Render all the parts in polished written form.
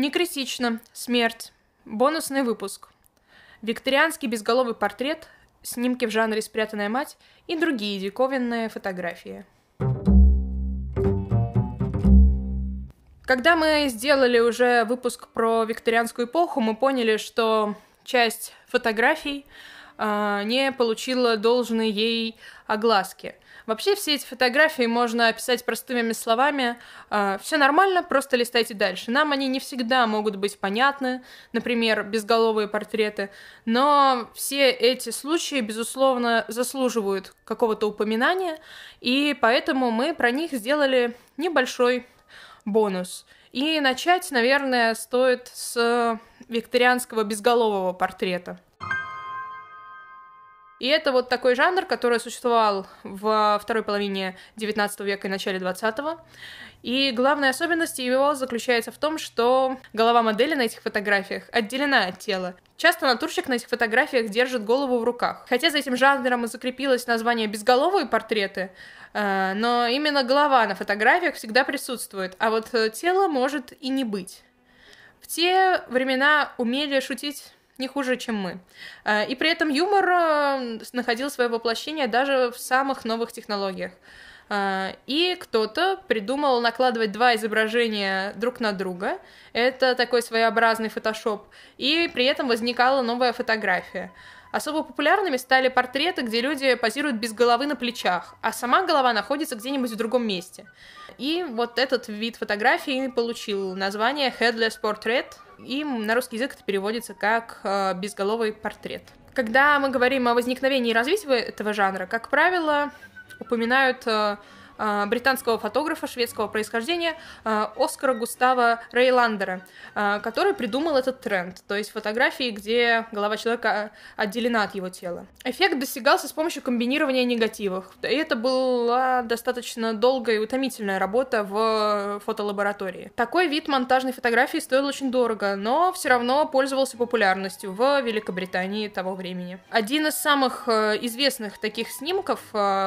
Не критично. Смерть. Бонусный выпуск. Викторианский безголовый портрет, снимки в жанре «Спрятанная мать» и другие диковинные фотографии. Когда мы сделали уже выпуск про викторианскую эпоху, мы поняли, что часть фотографий не получила должной ей огласки. Вообще все эти фотографии можно описать простыми словами. Все нормально, просто листайте дальше. Нам они не всегда могут быть понятны, например, безголовые портреты, но все эти случаи, безусловно, заслуживают какого-то упоминания, и поэтому мы про них сделали небольшой бонус. И начать, наверное, стоит с викторианского безголового портрета. И это вот такой жанр, который существовал во второй половине XIX века и начале XX. И главная особенность его заключается в том, что голова модели на этих фотографиях отделена от тела. Часто натурщик на этих фотографиях держит голову в руках. Хотя за этим жанром и закрепилось название «безголовые портреты», но именно голова на фотографиях всегда присутствует, а вот тело может и не быть. В те времена умели шутить не хуже, чем мы. И при этом юмор находил свое воплощение даже в самых новых технологиях. И кто-то придумал накладывать два изображения друг на друга. Это такой своеобразный фотошоп. И при этом возникала новая фотография. Особо популярными стали портреты, где люди позируют без головы на плечах, а сама голова находится где-нибудь в другом месте. И вот этот вид фотографии получил название Headless Portrait, и на русский язык это переводится как безголовый портрет. Когда мы говорим о возникновении и развитии этого жанра, как правило, упоминают британского фотографа шведского происхождения Оскара Густава Рейландера, который придумал этот тренд, то есть фотографии, где голова человека отделена от его тела. Эффект достигался с помощью комбинирования негативов, и это была достаточно долгая и утомительная работа в фотолаборатории. Такой вид монтажной фотографии стоил очень дорого, но все равно пользовался популярностью в Великобритании того времени. Один из самых известных таких снимков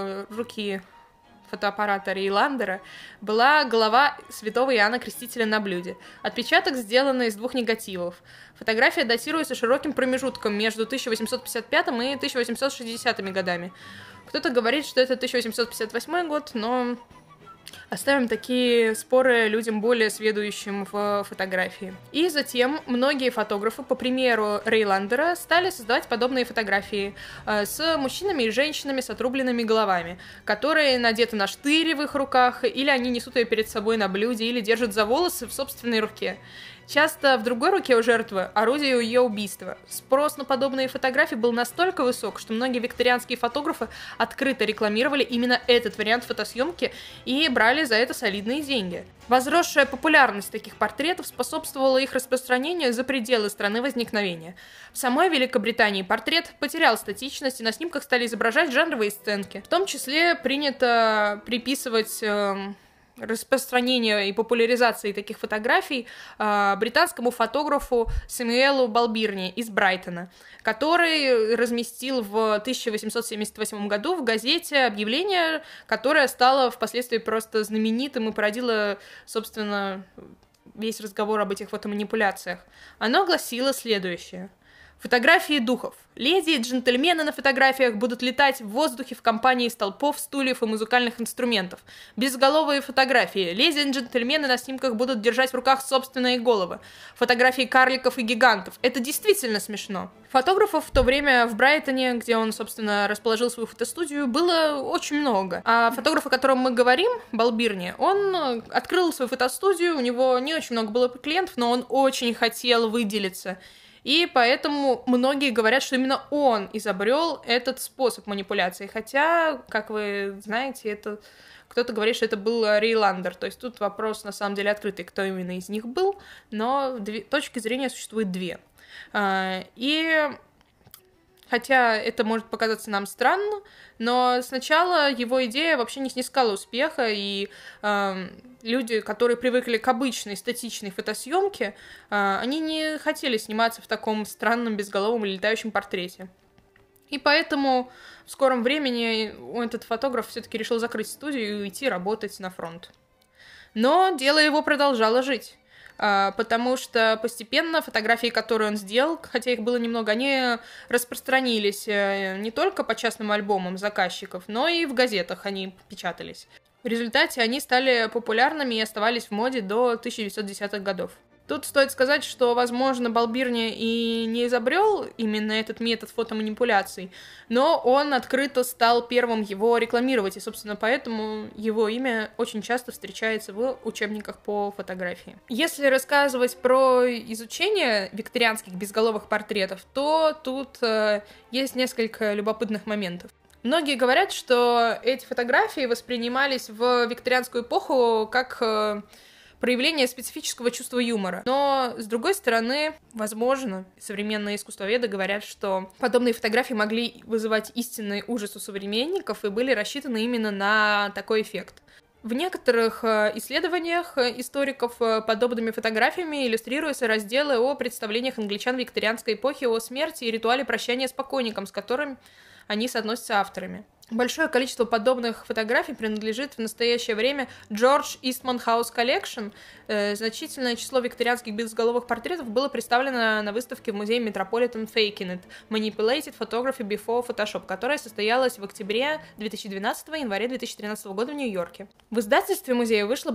руки фотоаппарата Рейландера была голова святого Иоанна Крестителя на блюде. Отпечаток сделан из двух негативов. Фотография датируется широким промежутком между 1855 и 1860 годами. Кто-то говорит, что это 1858 год, но оставим такие споры людям более сведущим в фотографии. И затем многие фотографы, по примеру Рейландера, стали создавать подобные фотографии с мужчинами и женщинами с отрубленными головами, которые надеты на штыри в их руках, или они несут ее перед собой на блюде, или держат за волосы в собственной руке. Часто в другой руке у жертвы орудие ее убийства. Спрос на подобные фотографии был настолько высок, что многие викторианские фотографы открыто рекламировали именно этот вариант фотосъемки и брали за это солидные деньги. Возросшая популярность таких портретов способствовала их распространению за пределы страны возникновения. В самой Великобритании портрет потерял статичность, и на снимках стали изображать жанровые сценки. В том числе принято приписывать распространения и популяризации таких фотографий британскому фотографу Сэмюэлу Балбирни из Брайтона, который разместил в 1878 году в газете объявление, которое стало впоследствии просто знаменитым и породило, собственно, весь разговор об этих фотоманипуляциях. Оно гласило следующее. Фотографии духов. Леди и джентльмены на фотографиях будут летать в воздухе в компании столпов, стульев и музыкальных инструментов. Безголовые фотографии. Леди и джентльмены на снимках будут держать в руках собственные головы. Фотографии карликов и гигантов. Это действительно смешно. Фотографов в то время в Брайтоне, где он, собственно, расположил свою фотостудию, было очень много. А фотограф, о котором мы говорим, Балбирни, он открыл свою фотостудию, у него не очень много было клиентов, но он очень хотел выделиться. И поэтому многие говорят, что именно он изобрел этот способ манипуляции. Хотя, как вы знаете, кто-то говорит, что это был Рейландер. То есть тут вопрос на самом деле открытый, кто именно из них был. Но точки зрения существует две. И хотя это может показаться нам странно, но сначала его идея вообще не снискала успеха, и люди, которые привыкли к обычной статичной фотосъемке, они не хотели сниматься в таком странном безголовом или летающем портрете. И поэтому в скором времени этот фотограф все-таки решил закрыть студию и уйти работать на фронт. Но дело его продолжало жить. потому что постепенно фотографии, которые он сделал, хотя их было немного, они распространились не только по частным альбомам заказчиков, но и в газетах они печатались. В результате они стали популярными и оставались в моде до 1910-х годов. Тут стоит сказать, что, возможно, Балбирни и не изобрел именно этот метод фотоманипуляций, но он открыто стал первым его рекламировать, и, собственно, поэтому его имя очень часто встречается в учебниках по фотографии. Если рассказывать про изучение викторианских безголовых портретов, то тут есть несколько любопытных моментов. Многие говорят, что эти фотографии воспринимались в викторианскую эпоху как проявление специфического чувства юмора. Но, с другой стороны, возможно, современные искусствоведы говорят, что подобные фотографии могли вызывать истинный ужас у современников и были рассчитаны именно на такой эффект. В некоторых исследованиях историков подобными фотографиями иллюстрируются разделы о представлениях англичан викторианской эпохи о смерти и ритуале прощания с покойником, с которым они соотносятся авторами. Большое количество подобных фотографий принадлежит в настоящее время George Eastman House Collection. Значительное число викторианских безголовых портретов было представлено на выставке в музее Metropolitan Faking It Manipulated Photography Before Photoshop, которая состоялась в октябре 2012 и январе 2013 года в Нью-Йорке. В издательстве музея вышла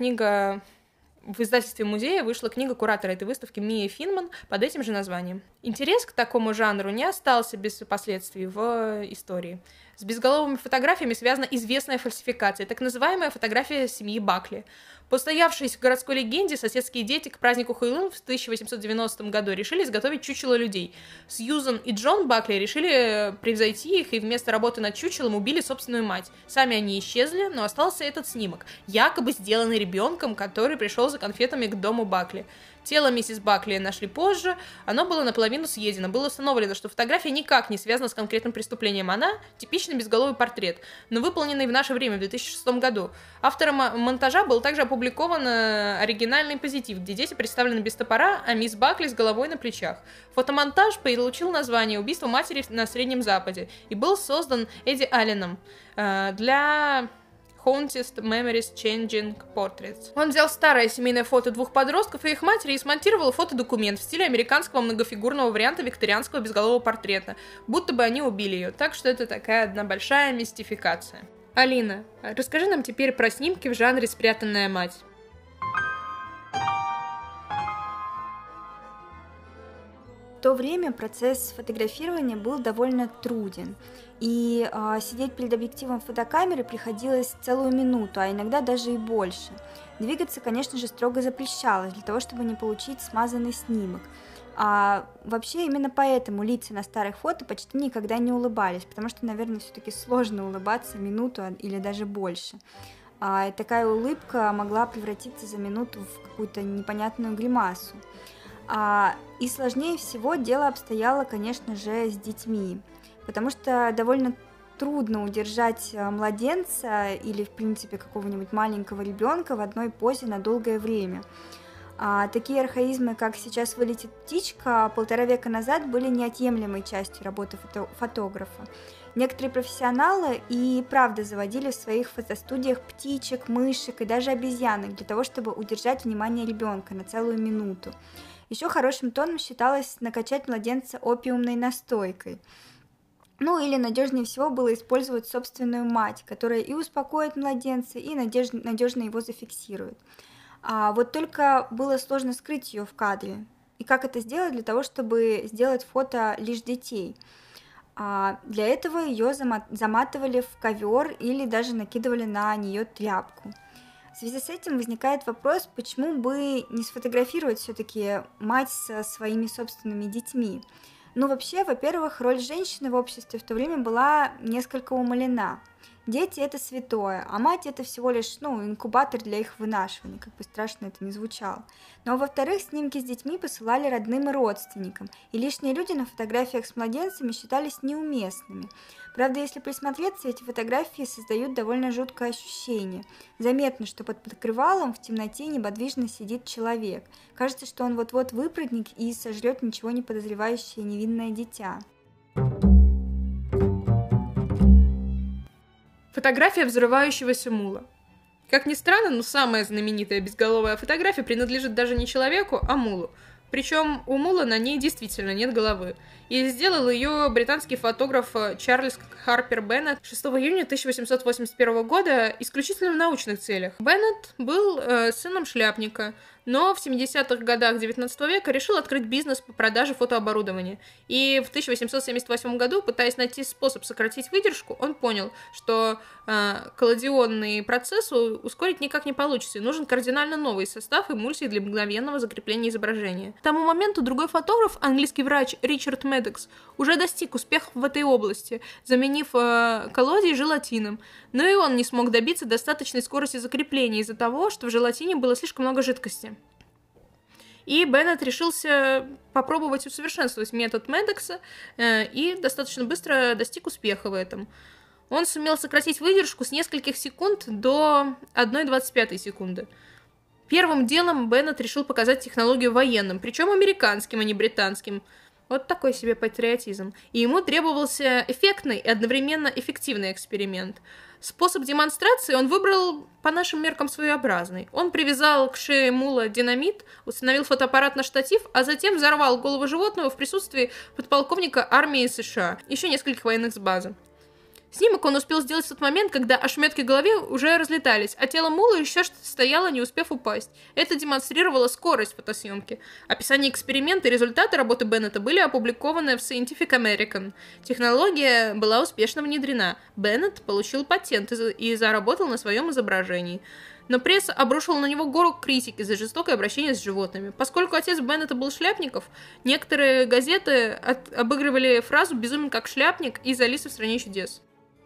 книга куратора этой выставки Мии Финман под этим же названием. Интерес к такому жанру не остался без последствий в истории. С безголовыми фотографиями связана известная фальсификация, так называемая фотография семьи Бакли. По устоявшейся городской легенде, соседские дети к празднику Хэллоуин в 1890 году решили изготовить чучело людей. Сьюзан и Джон Бакли решили превзойти их и вместо работы над чучелом убили собственную мать. Сами они исчезли, но остался этот снимок, якобы сделанный ребенком, который пришел за конфетами к дому Бакли. Тело миссис Бакли нашли позже, оно было наполовину съедено. Было установлено, что фотография никак не связана с конкретным преступлением. Она типичный безголовый портрет, но выполненный в наше время, в 2006 году. Автором монтажа был также опубликован оригинальный позитив, где дети представлены без топора, а мисс Бакли с головой на плечах. Фотомонтаж получил название «Убийство матери на Среднем Западе» и был создан Эдди Алленом для Haunted Memories Changing Portraits. Он взял старое семейное фото двух подростков и их матери и смонтировал фотодокумент в стиле американского многофигурного варианта викторианского безголового портрета, будто бы они убили ее, так что это такая одна большая мистификация. Алина, расскажи нам теперь про снимки в жанре «Спрятанная мать». В то время процесс фотографирования был довольно труден, и сидеть перед объективом фотокамеры приходилось целую минуту, а иногда даже и больше. Двигаться, конечно же, строго запрещалось, для того, чтобы не получить смазанный снимок. А вообще именно поэтому лица на старых фото почти никогда не улыбались, потому что, наверное, все-таки сложно улыбаться минуту или даже больше. И такая улыбка могла превратиться за минуту в какую-то непонятную гримасу. И сложнее всего дело обстояло, конечно же, с детьми, потому что довольно трудно удержать младенца или, в принципе, какого-нибудь маленького ребенка в одной позе на долгое время. Такие архаизмы, как «сейчас вылетит птичка», 1,5 века назад были неотъемлемой частью работы фотографа. Некоторые профессионалы и правда заводили в своих фотостудиях птичек, мышек и даже обезьянок для того, чтобы удержать внимание ребенка на целую минуту. Еще хорошим тоном считалось накачать младенца опиумной настойкой. Или надежнее всего было использовать собственную мать, которая и успокоит младенца, и надежно его зафиксирует. Вот только было сложно скрыть ее в кадре. И как это сделать для того, чтобы сделать фото лишь детей? Для этого ее заматывали в ковер или даже накидывали на нее тряпку. В связи с этим возникает вопрос, почему бы не сфотографировать все-таки мать со своими собственными детьми. Вообще, во-первых, роль женщины в обществе в то время была несколько умалена. Дети – это святое, а мать – это всего лишь инкубатор для их вынашивания, как бы страшно это ни звучало. Но, во-вторых, снимки с детьми посылали родным и родственникам, и лишние люди на фотографиях с младенцами считались неуместными. Правда, если присмотреться, эти фотографии создают довольно жуткое ощущение. Заметно, что под покрывалом в темноте неподвижно сидит человек. Кажется, что он вот-вот выпрыгнет и сожрет ничего не подозревающее невинное дитя. Фотография взрывающегося мула. Как ни странно, но самая знаменитая безголовая фотография принадлежит даже не человеку, а мулу. Причем у мула на ней действительно нет головы. И сделал ее британский фотограф Чарльз Харпер Беннет 6 июня 1881 года исключительно в научных целях. Беннет был сыном шляпника, но в 70-х годах 19 века решил открыть бизнес по продаже фотооборудования. И в 1878 году, пытаясь найти способ сократить выдержку, он понял, что коллодионный процесс ускорить никак не получится, и нужен кардинально новый состав эмульсии для мгновенного закрепления изображения. К тому моменту другой фотограф, английский врач Ричард Медекс, уже достиг успехов в этой области, заменив коллодий желатином. Но и он не смог добиться достаточной скорости закрепления из-за того, что в желатине было слишком много жидкости. И Беннет решился попробовать усовершенствовать метод Медекса и достаточно быстро достиг успеха в этом. Он сумел сократить выдержку с нескольких секунд до 1,25 секунды. Первым делом Беннет решил показать технологию военным, причем американским, а не британским. Вот такой себе патриотизм. И ему требовался эффектный и одновременно эффективный эксперимент. Способ демонстрации он выбрал по нашим меркам своеобразный. Он привязал к шее мула динамит, установил фотоаппарат на штатив, а затем взорвал голову животного в присутствии подполковника армии США, еще нескольких военных с базы. Снимок он успел сделать в тот момент, когда ошметки в голове уже разлетались, а тело мула еще что-то стояло, не успев упасть. Это демонстрировало скорость фотосъемки. Описание эксперимента и результаты работы Беннета были опубликованы в Scientific American. Технология была успешно внедрена. Беннет получил патент и заработал на своем изображении. Но пресса обрушила на него гору критики за жестокое обращение с животными. Поскольку отец Беннета был шляпников, некоторые газеты обыгрывали фразу «безумен как шляпник» из «Алисы в стране чудес».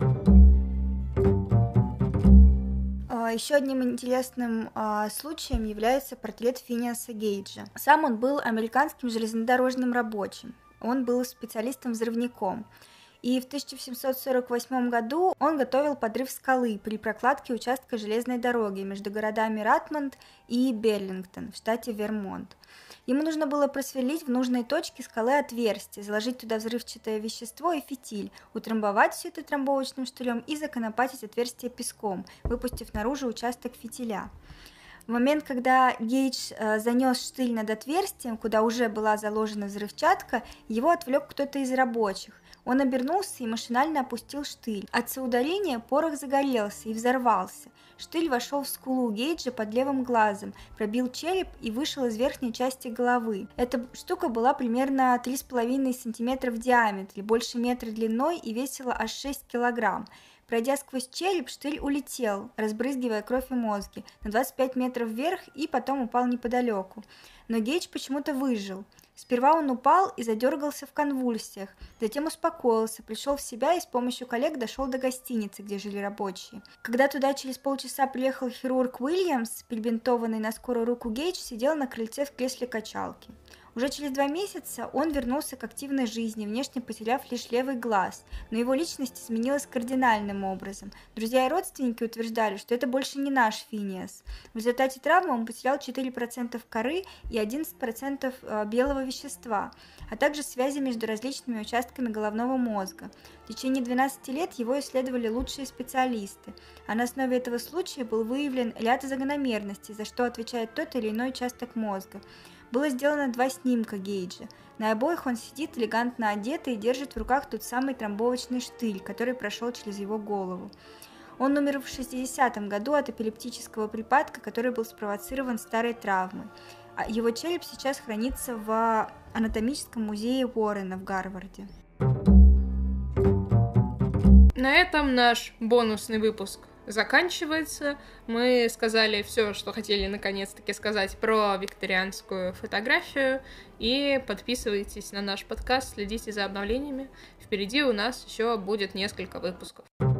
Еще одним интересным случаем является портрет Финиаса Гейджа. Сам он был американским железнодорожным рабочим. Он был специалистом-взрывником. И в 1748 году он готовил подрыв скалы при прокладке участка железной дороги между городами Ратмонд и Берлингтон в штате Вермонт. Ему нужно было просверлить в нужной точке скалы отверстие, заложить туда взрывчатое вещество и фитиль, утрамбовать все это трамбовочным штырем и законопатить отверстие песком, выпустив наружу участок фитиля. В момент, когда Гейдж занес штырь над отверстием, куда уже была заложена взрывчатка, его отвлек кто-то из рабочих. Он обернулся и машинально опустил штырь. От соударения порох загорелся и взорвался. Штырь вошел в скулу Гейджа под левым глазом, пробил череп и вышел из верхней части головы. Эта штука была примерно 3,5 см в диаметре, больше метра длиной и весила аж 6 килограмм. Пройдя сквозь череп, штырь улетел, разбрызгивая кровь и мозги, на 25 метров вверх и потом упал неподалеку. Но Гейдж почему-то выжил. Сперва он упал и задергался в конвульсиях, затем успокоился, пришел в себя и с помощью коллег дошел до гостиницы, где жили рабочие. Когда туда через полчаса приехал хирург Уильямс, перебинтованный на скорую руку Гейдж сидел на крыльце в кресле качалки. Уже через 2 месяца он вернулся к активной жизни, внешне потеряв лишь левый глаз, но его личность изменилась кардинальным образом. Друзья и родственники утверждали, что это больше не наш Финиас. В результате травмы он потерял 4% коры и 11% белого вещества, а также связи между различными участками головного мозга. В течение 12 лет его исследовали лучшие специалисты, а на основе этого случая был выявлен ряд закономерностей, за что отвечает тот или иной участок мозга. Было сделано 2 снимка Гейджа. На обоих он сидит элегантно одетый и держит в руках тот самый трамбовочный штырь, который прошел через его голову. Он умер в 60-м году от эпилептического припадка, который был спровоцирован старой травмой. Его череп сейчас хранится в анатомическом музее Уоррена в Гарварде. На этом наш бонусный выпуск заканчивается. Мы сказали все, что хотели наконец-таки сказать про викторианскую фотографию. И подписывайтесь на наш подкаст, следите за обновлениями. Впереди у нас еще будет несколько выпусков.